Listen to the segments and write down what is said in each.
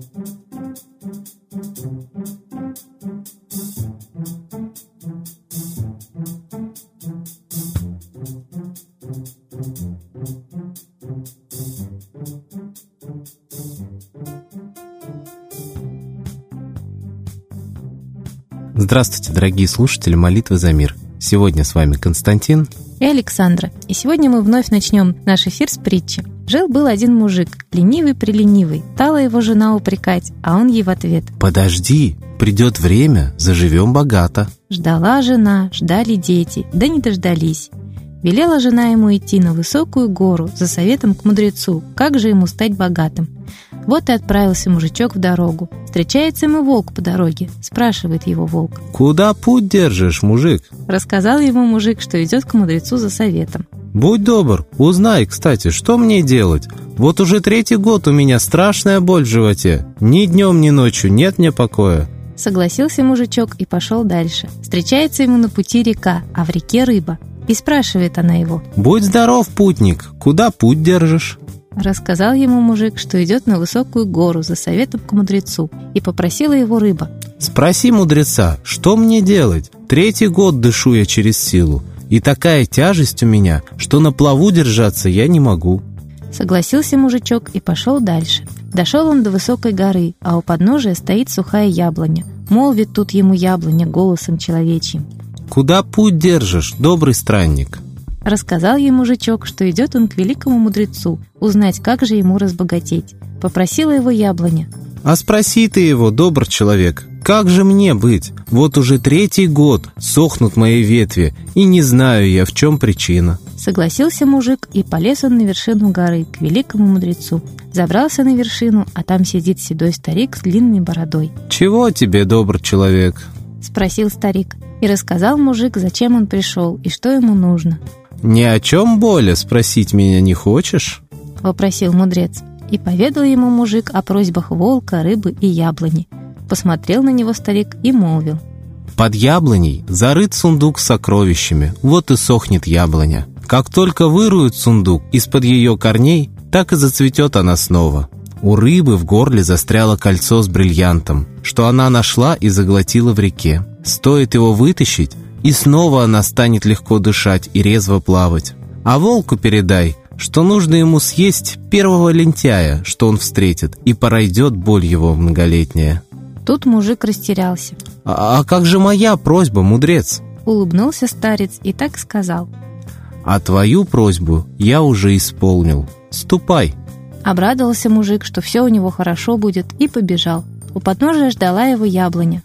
Здравствуйте, дорогие слушатели «Молитвы за мир». Сегодня с вами Константин и Александра. И сегодня мы вновь начнем наш эфир с притчи. Жил-был один мужик, ленивый-преленивый. Стала его жена упрекать, а он ей в ответ: «Подожди, придет время, заживем богато». Ждала жена, ждали дети, да не дождались. Велела жена ему идти на высокую гору за советом к мудрецу, как же ему стать богатым. Вот и отправился мужичок в дорогу. Встречается ему волк по дороге. Спрашивает его волк: «Куда путь держишь, мужик?» Рассказал ему мужик, что идет к мудрецу за советом. «Будь добр, узнай, кстати, что мне делать? Вот уже 3-й год у меня страшная боль в животе. Ни днем, ни ночью нет мне покоя». Согласился мужичок и пошел дальше. Встречается ему на пути река, а в реке рыба. И спрашивает она его: «Будь здоров, путник, куда путь держишь?» Рассказал ему мужик, что идет на высокую гору за советом к мудрецу, и попросила его рыба: «Спроси мудреца, что мне делать? 3-й год дышу я через силу, и такая тяжесть у меня, что на плаву держаться я не могу». Согласился мужичок и пошел дальше. Дошел он до высокой горы, а у подножия стоит сухая яблоня. Молвит тут ему яблоня голосом человечьим: «Куда путь держишь, добрый странник?» Рассказал ей мужичок, что идет он к великому мудрецу, узнать, как же ему разбогатеть. Попросила его яблоня: «А спроси ты его, добрый человек, как же мне быть? Вот уже 3-й год сохнут мои ветви, и не знаю я, в чем причина». Согласился мужик, и полез он на вершину горы, к великому мудрецу. Забрался на вершину, а там сидит седой старик с длинной бородой. «Чего тебе, добрый человек?» Спросил старик. И рассказал мужик, зачем он пришел и что ему нужно. «Ни о чем более спросить меня не хочешь?» Вопросил мудрец. И поведал ему мужик о просьбах волка, рыбы и яблони. Посмотрел на него старик и молвил: «Под яблоней зарыт сундук с сокровищами, вот и сохнет яблоня. Как только выруют сундук из-под ее корней, так и зацветет она снова. У рыбы в горле застряло кольцо с бриллиантом, что она нашла и заглотила в реке. Стоит его вытащить, и снова она станет легко дышать и резво плавать. А волку передай, что нужно ему съесть первого лентяя, что он встретит, и пройдет боль его многолетняя». Тут мужик растерялся. «А как же моя просьба, мудрец?» Улыбнулся старец и так сказал: «А твою просьбу я уже исполнил. Ступай». Обрадовался мужик, что все у него хорошо будет, и побежал. У подножия ждала его яблоня.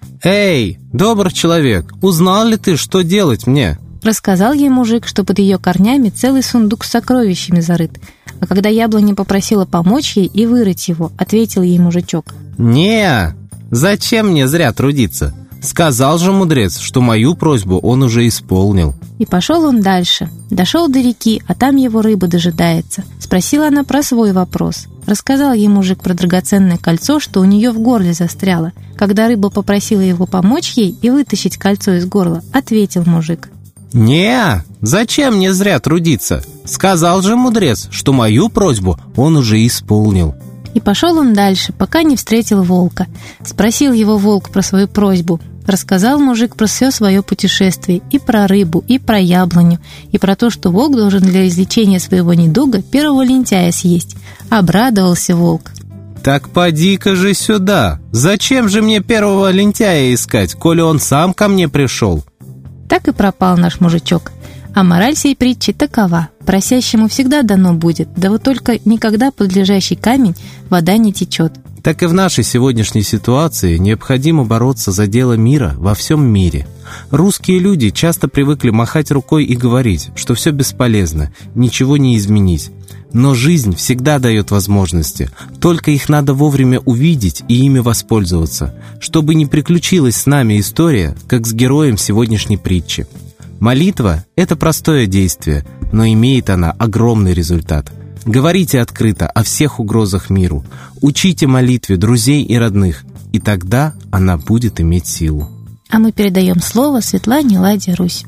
«Эй, добрый человек, узнал ли ты, что делать мне?» Рассказал ей мужик, что под ее корнями целый сундук с сокровищами зарыт. А когда яблоня попросила помочь ей и вырыть его, ответил ей мужичок: «Не, зачем мне зря трудиться? Сказал же мудрец, что мою просьбу он уже исполнил». И пошел он дальше. Дошел до реки, а там его рыба дожидается. Спросила она про свой вопрос. Рассказал ей мужик про драгоценное кольцо, что у нее в горле застряло. Когда рыба попросила его помочь ей и вытащить кольцо из горла, ответил мужик: «Не, зачем мне зря трудиться? Сказал же мудрец, что мою просьбу он уже исполнил». И пошел он дальше, пока не встретил волка. Спросил его волк про свою просьбу. Рассказал мужик про все свое путешествие, и про рыбу, и про яблоню, и про то, что волк должен для излечения своего недуга первого лентяя съесть. Обрадовался волк. «Так поди-ка же сюда! Зачем же мне первого лентяя искать, коли он сам ко мне пришел?» Так и пропал наш мужичок. А мораль сей притчи такова: просящему всегда дано будет, да вот только никогда под лежащий камень вода не течет. Так и в нашей сегодняшней ситуации необходимо бороться за дело мира во всем мире. Русские люди часто привыкли махать рукой и говорить, что все бесполезно, ничего не изменить. Но жизнь всегда дает возможности, только их надо вовремя увидеть и ими воспользоваться, чтобы не приключилась с нами история, как с героем сегодняшней притчи. Молитва – это простое действие, но имеет она огромный результат. Говорите открыто о всех угрозах миру, учите молитве друзей и родных, и тогда она будет иметь силу. А мы передаем слово Светлане Ладе Русь.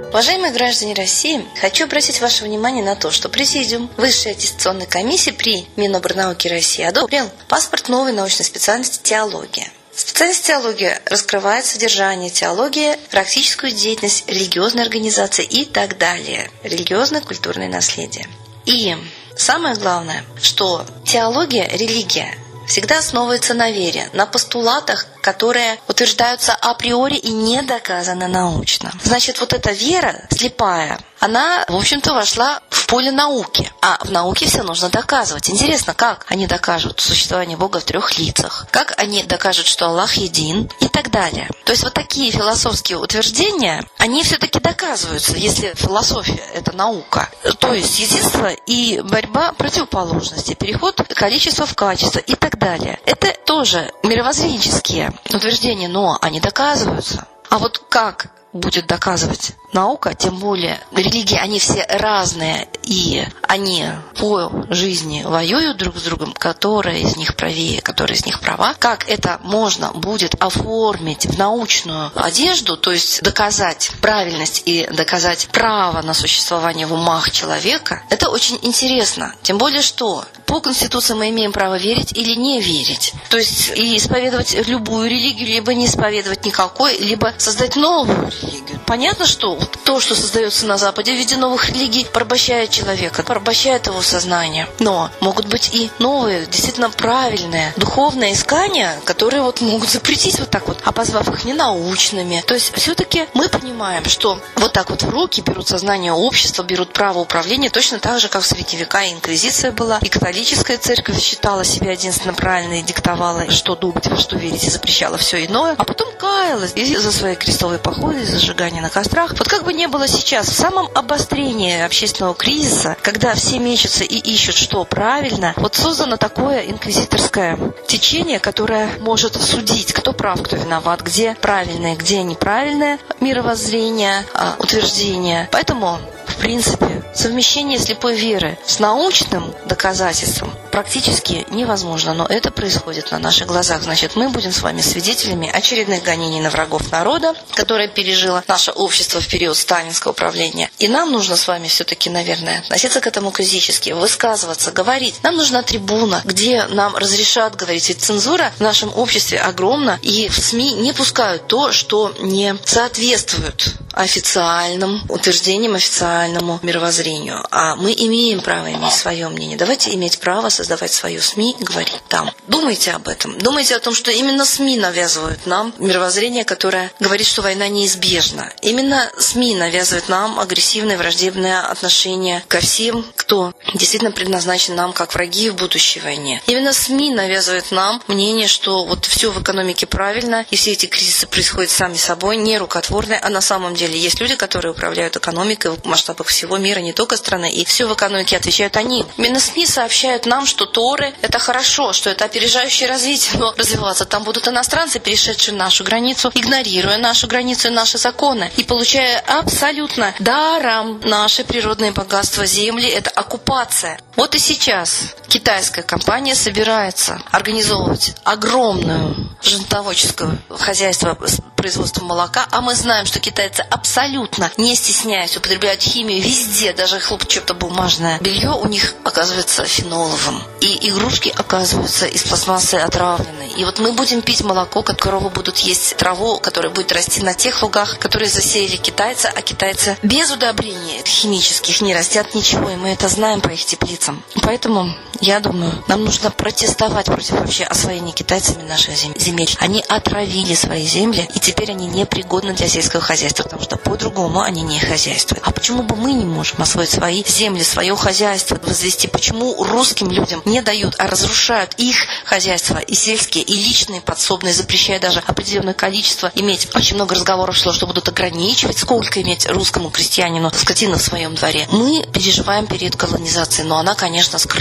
Уважаемые граждане России, хочу обратить ваше внимание на то, что Президиум Высшей аттестационной комиссии при Минобрнауки России одобрил паспорт новой научной специальности «Теология». Специальность теология раскрывает содержание теологии, практическую деятельность религиозной организации и так далее. Религиозно-культурное наследие. И самое главное, что теология, религия всегда основывается на вере, на постулатах, которые утверждаются априори и не доказаны научно. Значит, вот эта вера слепая, она, в общем-то, вошла в поле науки. А в науке все нужно доказывать. Интересно, как они докажут существование Бога в 3 лицах? Как они докажут, что Аллах един? И так далее. То есть вот такие философские утверждения, они все-таки доказываются, если философия – это наука. То есть единство и борьба противоположностей, переход количества в качество и так далее. Это тоже мировоззренческие утверждения, но они доказываются. А вот как будет доказывать наука, тем более религии, они все разные, и они по жизни воюют друг с другом, которая из них правее, которая из них права. Как это можно будет оформить в научную одежду, то есть доказать правильность и доказать право на существование в умах человека, это очень интересно. Тем более, что по Конституции мы имеем право верить или не верить. То есть и исповедовать любую религию, либо не исповедовать никакой, либо создать новую религию. Понятно, что то, что создается на Западе в виде новых религий, порабощает человека, порабощает его сознание. Но могут быть и новые, действительно правильные духовные искания, которые вот могут запретить вот так вот, обозвав их ненаучными. То есть все-таки мы понимаем, что вот так вот в руки берут сознание общества, берут право управления, точно так же, как в средние века и инквизиция была, и католическая церковь считала себя единственно правильной и диктовала, что думать, во что верить, и запрещала все иное, а потом каялась и за свои крестовые походы, и зажигание на кострах. Вот как бы не было сейчас, в самом обострении общественного кризиса, когда все мечутся и ищут, что правильно, вот создано такое инквизиторское течение, которое может судить, кто прав, кто виноват, где правильное, где неправильное мировоззрение, утверждение. Поэтому в принципе, совмещение слепой веры с научным доказательством практически невозможно, но это происходит на наших глазах. Значит, мы будем с вами свидетелями очередных гонений на врагов народа, которое пережило наше общество в период сталинского правления. И нам нужно с вами все-таки, наверное, относиться к этому критически, высказываться, говорить. Нам нужна трибуна, где нам разрешат говорить. Ведь цензура в нашем обществе огромна, и в СМИ не пускают то, что не соответствует официальным утверждениям, официальному мировоззрению. А мы имеем право иметь свое мнение. Давайте иметь право создавать свое СМИ и говорить там. Думайте об этом. Думайте о том, что именно СМИ навязывают нам мировоззрение, которое говорит, что война неизбежна. Именно СМИ навязывают нам агрессивное, враждебное отношение ко всем, кто действительно предназначен нам как враги в будущей войне. Именно СМИ навязывают нам мнение, что вот все в экономике правильно, и все эти кризисы происходят сами собой, не рукотворные, а на самом деле есть люди, которые управляют экономикой в масштабах всего мира, не только страны, и все в экономике отвечают они. Именно СМИ сообщают нам, что Торы – это хорошо, что это опережающее развитие, но развиваться там будут иностранцы, перешедшие нашу границу, игнорируя нашу границу и наши законы, и получая абсолютно даром наши природные богатства земли – это оккупация. Вот и сейчас китайская компания собирается организовывать огромную животноводческое хозяйство с производством молока, а мы знаем, что китайцы абсолютно не стесняясь употребляют химию везде, даже хлопчатобумажное белье у них оказывается феноловым, и игрушки оказываются из пластмассы отравлены. И вот мы будем пить молоко, коровы будут есть траву, которая будет расти на тех лугах, которые засеяли китайцы, а китайцы без удобрений химических не растят ничего, и мы это знаем по их теплицам. Поэтому, я думаю, нам нужно протестовать против вообще освоения китайцами наших земель. Они отравили свои земли, и теперь они непригодны для сельского хозяйства, потому что по-другому они не хозяйствуют. А почему бы мы не можем освоить свои земли, свое хозяйство, возвести? Почему русским людям не дают, а разрушают их хозяйства и сельские, и личные подсобные, запрещая даже определенное количество иметь? Очень много разговоров шло, что будут ограничивать, сколько иметь русскому крестьянину скотины в своем дворе. Мы переживаем период колонизации, но она, конечно, скрытая, она,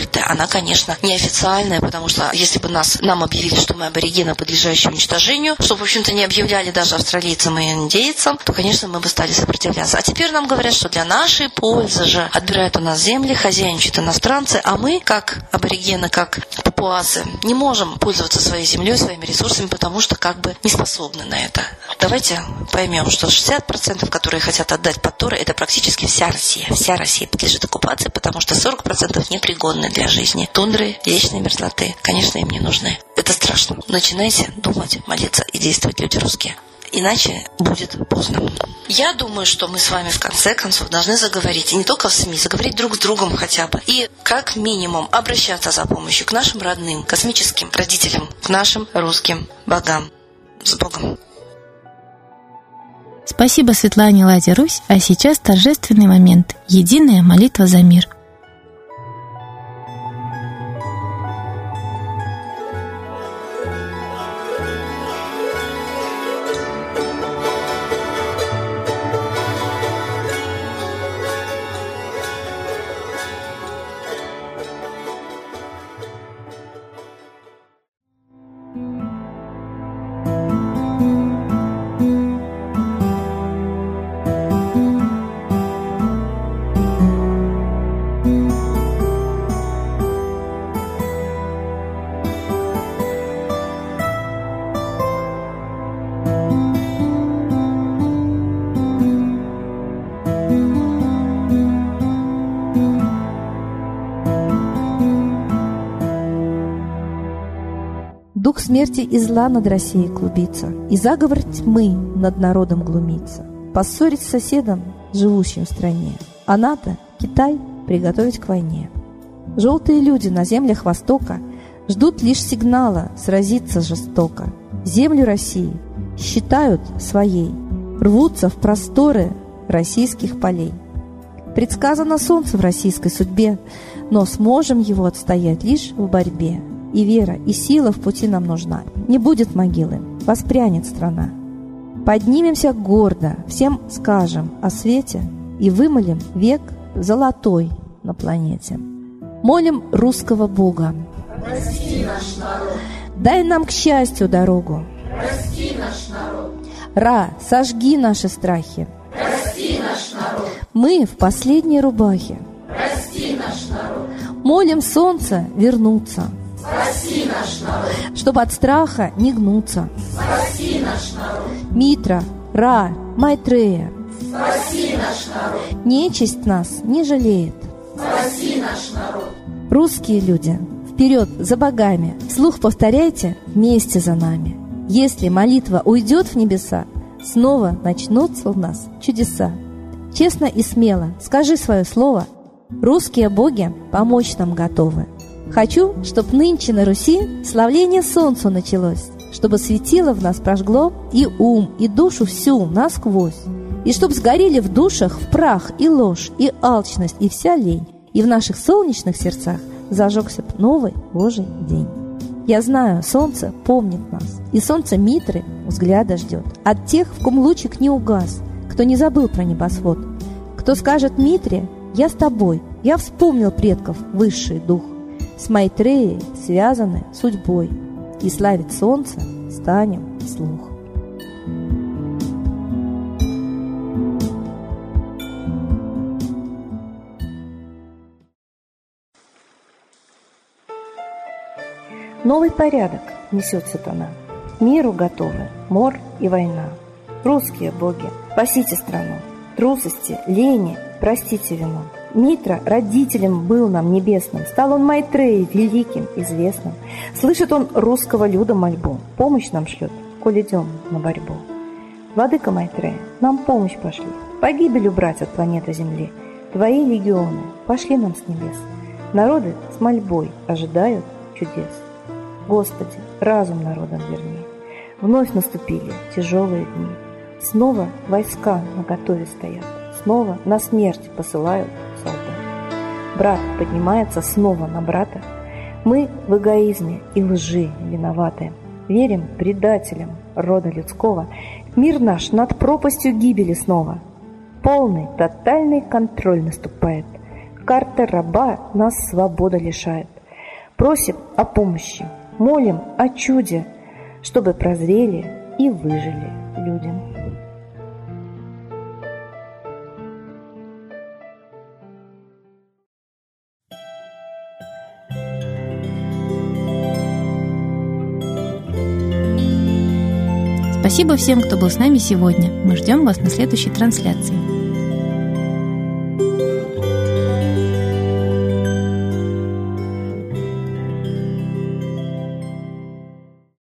конечно, неофициальная, потому что если бы нам объявили, что мы аборигены, подлежащие уничтожению, что, в общем-то, не объявляли даже австралийцам и индейцам, то, конечно, мы бы стали сопротивляться. А теперь нам говорят, что для нашей пользы же отбирают у нас земли, хозяйничают иностранцы, а мы, как аборигены, как папуасы, не можем пользоваться своей землей, своими ресурсами, потому что как бы не способны на это. Давайте поймем, что 60%, которые хотят отдать под Торы, это практически вся Россия. Вся Россия подлежит оккупации, потому что 40% непригодны для жизни. Тундры, вечной мерзлоты, конечно, им не нужны. Это страшно. Начинайте думать, молиться и действовать, люди русские. Иначе будет поздно. Я думаю, что мы с вами в конце концов должны заговорить, и не только в СМИ, заговорить друг с другом хотя бы. И как минимум обращаться за помощью к нашим родным, космическим родителям, к нашим русским богам. С Богом. Спасибо Светлане Ладе Русь, а сейчас торжественный момент – единая молитва за мир. Дух смерти и зла над Россией клубится, и заговор тьмы над народом глумится. Поссорить с соседом, живущим в стране, а НАТО, Китай, приготовить к войне. Желтые люди на землях Востока ждут лишь сигнала сразиться жестоко. Землю России считают своей, рвутся в просторы российских полей. Предсказано солнце в российской судьбе, но сможем его отстоять лишь в борьбе. И вера, и сила в пути нам нужна. Не будет могилы, воспрянет страна. Поднимемся гордо, всем скажем о свете и вымолим век золотой на планете. Молим русского Бога. Прости наш народ. Дай нам к счастью дорогу. Прости наш народ. Ра, сожги наши страхи. Прости наш народ. Мы в последней рубахе. Прости наш народ. Молим солнце вернуться. Спаси наш народ. Чтоб от страха не гнуться. Спаси наш народ. Митра, Ра, Майтрея. Спаси наш народ. Нечисть нас не жалеет. Спаси наш народ. Русские люди, вперед за богами. Вслух повторяйте вместе за нами. Если молитва уйдет в небеса, снова начнутся у нас чудеса. Честно и смело скажи свое слово. Русские боги помочь нам готовы. Хочу, чтоб нынче на Руси славление солнцу началось, чтобы светило в нас прожгло и ум, и душу всю насквозь, и чтоб сгорели в душах в прах и ложь, и алчность, и вся лень, и в наших солнечных сердцах зажегся б новый Божий день. Я знаю, солнце помнит нас, и солнце Митры взгляда ждет от тех, в ком лучик не угас, кто не забыл про небосвод, кто скажет Митре: «Я с тобой, я вспомнил предков высший дух». С Майтреей связаны судьбой, и славить солнце станем вслух. Новый порядок несет сатана. Миру готовы мор и война. Русские боги, спасите страну. Трусости, лени, простите вину. Митра родителем был нам небесным, стал он Майтреей великим, известным. Слышит он русского люда мольбу, помощь нам шлет, коль идем на борьбу. Владыка Майтрея, нам помощь пошли, погибель убрать от планеты Земли. Твои легионы пошли нам с небес, народы с мольбой ожидают чудес. Господи, разум народам верни. Вновь наступили тяжелые дни, снова войска наготове стоят, снова на смерть посылают солдат. Брат поднимается снова на брата. Мы в эгоизме и лжи виноваты. Верим предателям рода людского. Мир наш над пропастью гибели снова. Полный, тотальный контроль наступает. Карта раба нас свобода лишает. Просим о помощи, молим о чуде, чтобы прозрели и выжили людям. Спасибо всем, кто был с нами сегодня. Мы ждем вас на следующей трансляции.